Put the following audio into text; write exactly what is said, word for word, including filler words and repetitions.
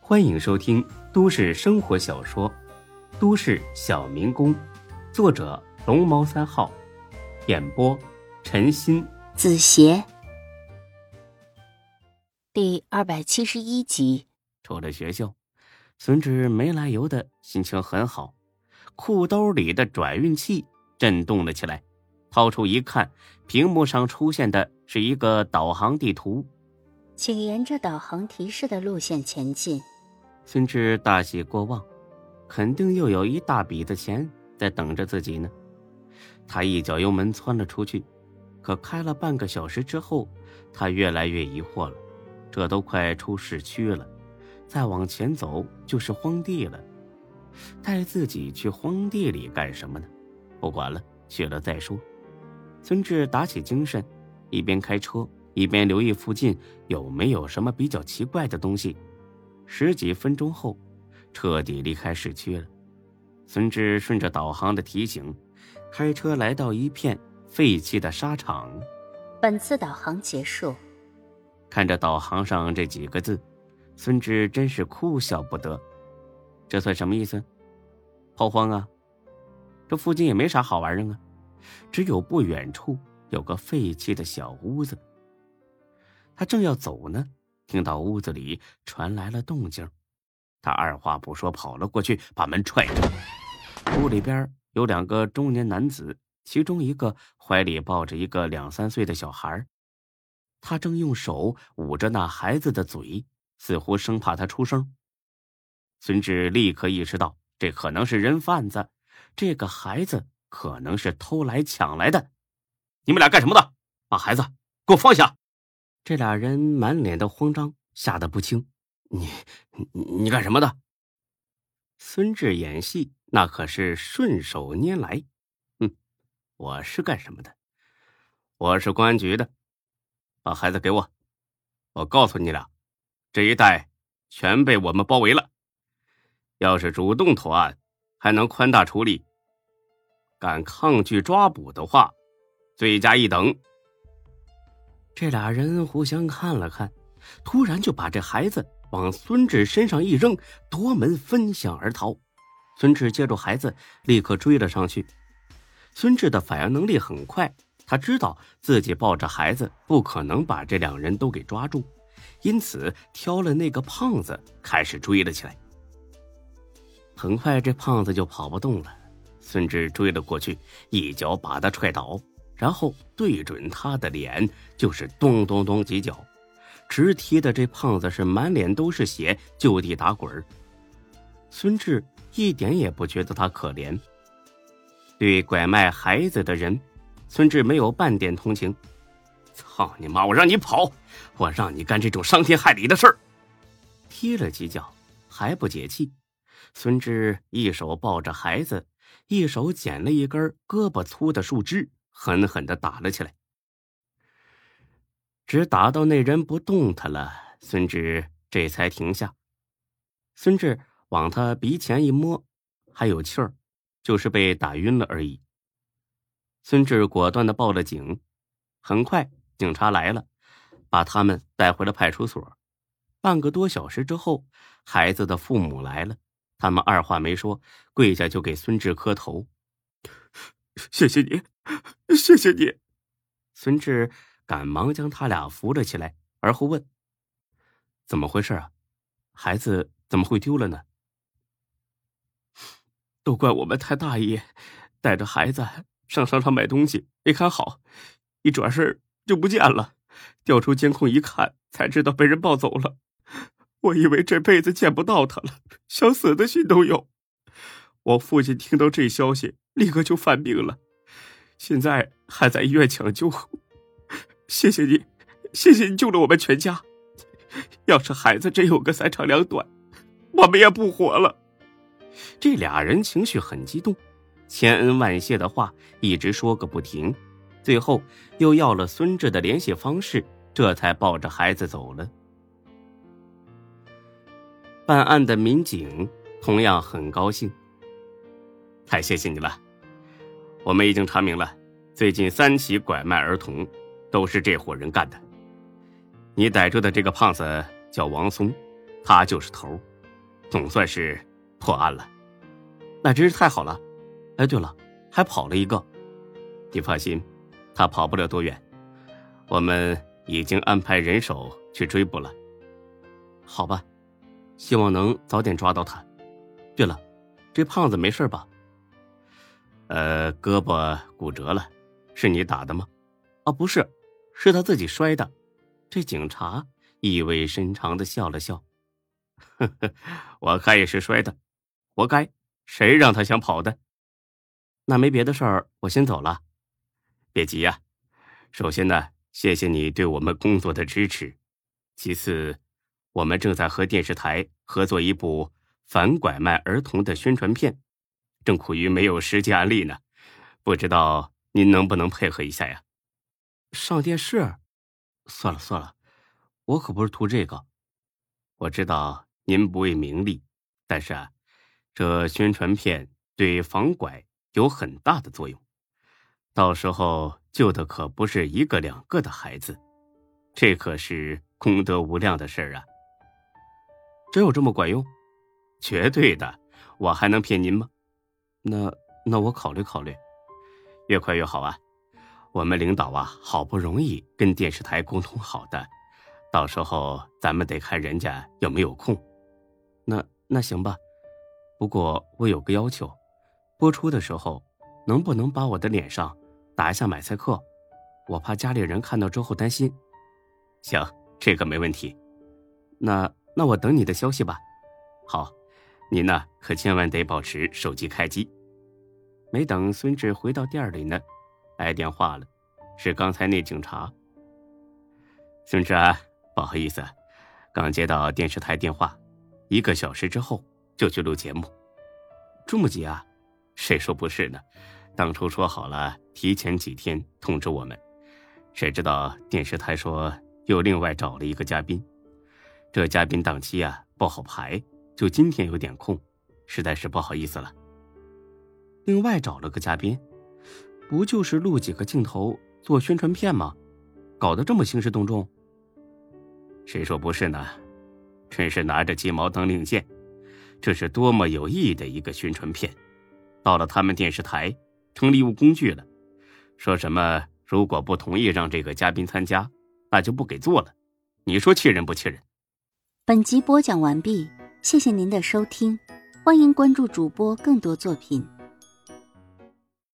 欢迎收听都市生活小说《都市小民工》，作者龙猫三号，演播陈鑫、 子邪。第二百七十一集。 出了学校，孙志没来由的心情很好，裤兜里的转运器震动了起来，掏出一看，屏幕上出现的是一个导航地图。 请沿着导航提示的路线前进。 孙志大喜过望，肯定又有一大笔的钱在等着自己呢。他一脚油门窜了出去，可开了半个小时之后，他越来越疑惑了，这都快出市区了，再往前走就是荒地了，带自己去荒地里干什么呢？不管了，去了再说。孙志打起精神，一边开车一边留意附近有没有什么比较奇怪的东西。十几分钟后，彻底离开市区了。孙志顺着导航的提醒，开车来到一片废弃的沙场。 本次导航结束。 看着导航上这几个字，孙志真是哭笑不得。这算什么意思？炮荒啊？这附近也没啥好玩的啊，只有不远处有个废弃的小屋子。他正要走呢，听到屋子里传来了动静，他二话不说跑了过去，把门踹着。屋里边有两个中年男子，其中一个怀里抱着一个两三岁的小孩，他正用手捂着那孩子的嘴，似乎生怕他出声。孙志立刻意识到这可能是人贩子，这个孩子可能是偷来抢来的。你们俩干什么的？把孩子给我放下！这俩人满脸的慌张，吓得不轻。你你你干什么的？孙志演戏那可是顺手拈来。哼，我是干什么的？我是公安局的。把孩子给我，我告诉你俩，这一带全被我们包围了，要是主动投案还能宽大处理，敢抗拒抓捕的话，罪加一等。这俩人互相看了看，突然就把这孩子往孙志身上一扔，夺门分向而逃。孙志接住孩子，立刻追了上去。孙志的反应能力很快，他知道自己抱着孩子不可能把这两人都给抓住，因此挑了那个胖子开始追了起来。很快这胖子就跑不动了，孙志追了过去，一脚把他踹倒，然后对准他的脸就是咚咚咚几脚，直踢的这胖子是满脸都是血，就地打滚。孙志一点也不觉得他可怜，对拐卖孩子的人，孙志没有半点同情。操你妈，我让你跑，我让你干这种伤天害理的事儿！踢了几脚还不解气，孙志一手抱着孩子，一手捡了一根胳膊粗的树枝，狠狠地打了起来。只打到那人不动弹了，孙志这才停下。孙志往他鼻前一摸，还有气儿，就是被打晕了而已。孙志果断地报了警，很快警察来了，把他们带回了派出所。半个多小时之后，孩子的父母来了，他们二话没说，跪下就给孙志磕头。谢谢你，谢谢你。孙志赶忙将他俩扶了起来，而后问：怎么回事啊？孩子怎么会丢了呢？都怪我们太大意，带着孩子上商场买东西没看好，一转身就不见了，调出监控一看，才知道被人抱走了。我以为这辈子见不到他了，想死的心都有。我父亲听到这消息立刻就犯病了，现在还在医院抢救。谢谢你，谢谢你救了我们全家，要是孩子真有个三长两短，我们也不活了。这俩人情绪很激动，千恩万谢的话一直说个不停，最后又要了孙志的联系方式，这才抱着孩子走了。办案的民警同样很高兴，太谢谢你了，我们已经查明了，最近三起拐卖儿童都是这伙人干的。你逮住的这个胖子叫王松，他就是头， 总算是破案了。那真是太好了。哎，对了，还跑了一个。你放心，他跑不了多远，我们已经安排人手去追捕了。好吧，希望能早点抓到他。对了，这胖子没事吧？呃，胳膊骨折了，是你打的吗？啊，不是，是他自己摔的。这警察意味深长地笑了笑。呵呵，我看也是摔的，活该，谁让他想跑的？那没别的事儿，我先走了。别急呀、啊，首先呢，谢谢你对我们工作的支持。其次，我们正在和电视台合作一部反拐卖儿童的宣传片，正苦于没有实际案例呢，不知道您能不能配合一下呀？上电视？算了算了，我可不是图这个。我知道您不为名利，但是啊，这宣传片对防拐有很大的作用，到时候救的可不是一个两个的孩子，这可是功德无量的事儿啊！真有这么管用？绝对的，我还能骗您吗？那那我考虑考虑，越快越好啊！我们领导啊，好不容易跟电视台沟通好的，到时候咱们得看人家有没有空。那那行吧，不过我有个要求，播出的时候能不能把我的脸上打一下马赛克？我怕家里人看到之后担心。行，这个没问题。那那我等你的消息吧。好，您呢可千万得保持手机开机。没等孙志回到店里呢，来电话了，是刚才那警察。孙志啊，不好意思，刚接到电视台电话，一个小时之后就去录节目。这么急啊？谁说不是呢？当初说好了提前几天通知我们，谁知道电视台说又另外找了一个嘉宾，这嘉宾档期啊不好排，就今天有点空，实在是不好意思了。另外找了个嘉宾，不就是录几个镜头做宣传片吗？搞得这么兴师动众。谁说不是呢？真是拿着鸡毛当令箭，这是多么有意义的一个宣传片，到了他们电视台成利物工具了，说什么如果不同意让这个嘉宾参加，那就不给做了，你说气人不气人？ 本集播讲完毕，谢谢您的收听，欢迎关注主播更多作品。